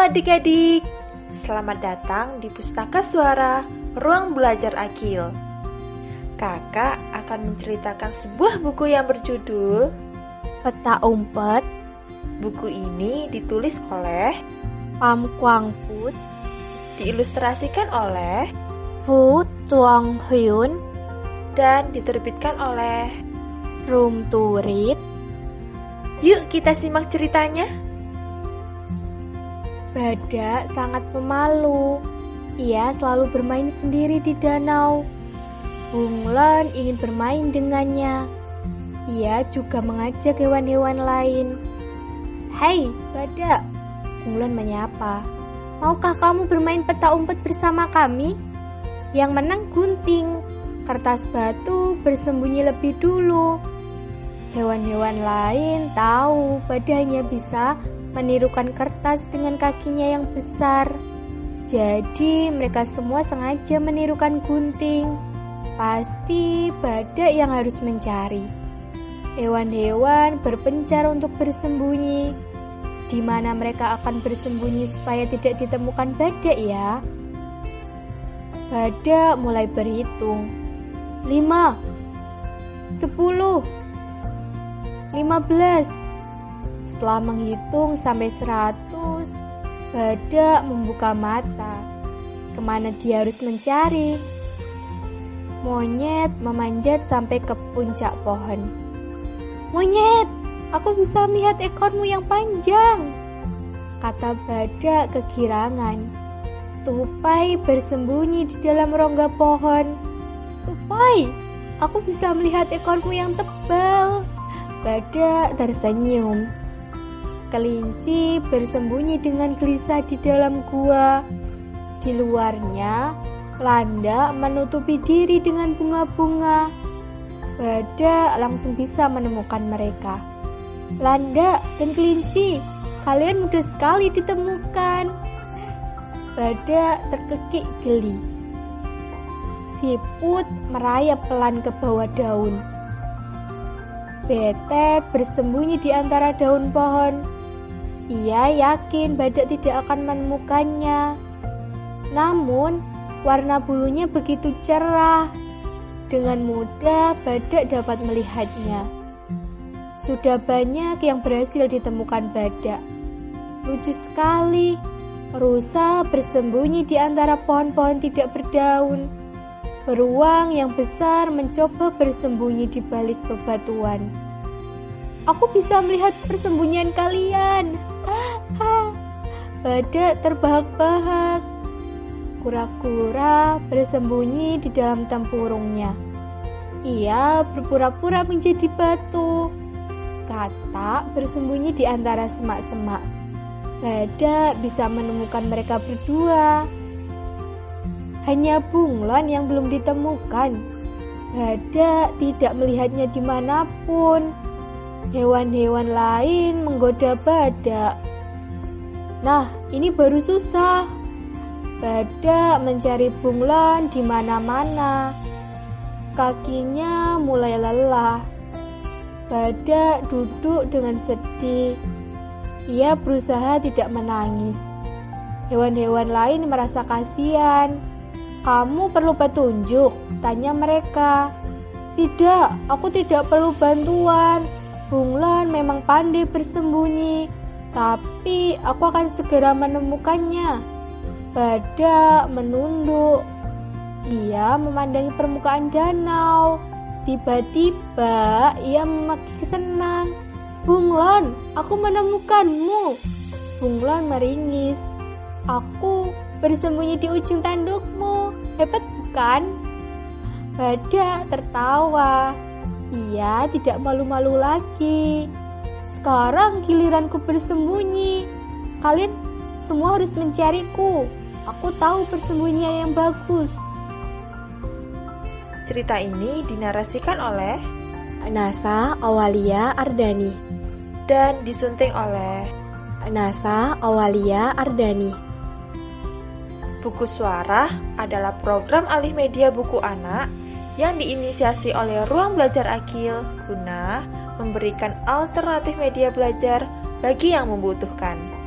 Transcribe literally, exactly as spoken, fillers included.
adik-adik, selamat datang di Pustaka Suara Ruang Belajar Akil. Kakak akan menceritakan sebuah buku yang berjudul Peta Umpet. Buku ini ditulis oleh Pham Quang Put, diilustrasikan oleh Fu Tuong Hyun, dan diterbitkan oleh Room to Read. Yuk kita simak ceritanya. Badak sangat pemalu. Ia selalu bermain sendiri di danau. Bunglon ingin bermain dengannya. Ia juga mengajak hewan-hewan lain. "Hai, Badak," Bunglon menyapa. "Maukah kamu bermain peta umpet bersama kami? Yang menang gunting, kertas batu bersembunyi lebih dulu." Hewan-hewan lain tahu Badak hanya bisa menirukan kertas dengan kakinya yang besar. Jadi mereka semua sengaja menirukan gunting. Pasti Badak yang harus mencari. Hewan-hewan berpencar untuk bersembunyi. Di mana mereka akan bersembunyi supaya tidak ditemukan Badak ya? Badak mulai berhitung. Lima, sepuluh, lima belas. Setelah menghitung sampai seratus, Badak membuka mata. Kemana dia harus mencari? Monyet memanjat sampai ke puncak pohon. "Monyet, aku bisa melihat ekormu yang panjang," kata Badak kegirangan. Tupai bersembunyi di dalam rongga pohon. "Tupai, aku bisa melihat ekormu yang tebal." Badak tersenyum. Kelinci bersembunyi dengan gelisah di dalam gua. Di luarnya, landak menutupi diri dengan bunga-bunga. Badak langsung bisa menemukan mereka. "Landak dan kelinci, kalian mudah sekali ditemukan." Badak terkekik geli. Siput merayap pelan ke bawah daun. Betet bersembunyi di antara daun pohon. Ia yakin Badak tidak akan menemukannya. Namun, warna bulunya begitu cerah. Dengan mudah Badak dapat melihatnya. Sudah banyak yang berhasil ditemukan Badak. Lucu sekali. Rusa bersembunyi di antara pohon-pohon tidak berdaun. Beruang yang besar mencoba bersembunyi di balik bebatuan. "Aku bisa melihat persembunyian kalian." Badak terbahak-bahak. Kura-kura bersembunyi di dalam tempurungnya. Ia berpura-pura menjadi batu. Katak bersembunyi di antara semak-semak. Badak bisa menemukan mereka berdua. Hanya bunglon yang belum ditemukan. Badak tidak melihatnya dimanapun. Hewan-hewan lain menggoda Badak. Nah, ini baru susah. Badak mencari bunglon di mana-mana. Kakinya mulai lelah. Badak duduk dengan sedih. Ia berusaha tidak menangis. Hewan-hewan lain merasa kasihan. "Kamu perlu petunjuk?" tanya mereka. "Tidak, aku tidak perlu bantuan. Bunglon memang pandai bersembunyi, tapi aku akan segera menemukannya." Badak menunduk. Ia memandangi permukaan danau. Tiba-tiba ia memaki senang. "Bunglon, aku menemukanmu." Bunglon meringis. "Aku bersembunyi di ujung tandukmu. Hebat bukan?" Badak tertawa. Ia tidak malu-malu lagi. "Sekarang giliranku bersembunyi. Kalian semua harus mencariku. Aku tahu persembunyian yang bagus." Cerita ini dinarasikan oleh Nasa Awalia Ardani dan disunting oleh Nasa Awalia Ardani. Buku Suara adalah program alih media buku anak yang diinisiasi oleh Ruang Belajar Akil guna memberikan alternatif media belajar bagi yang membutuhkan.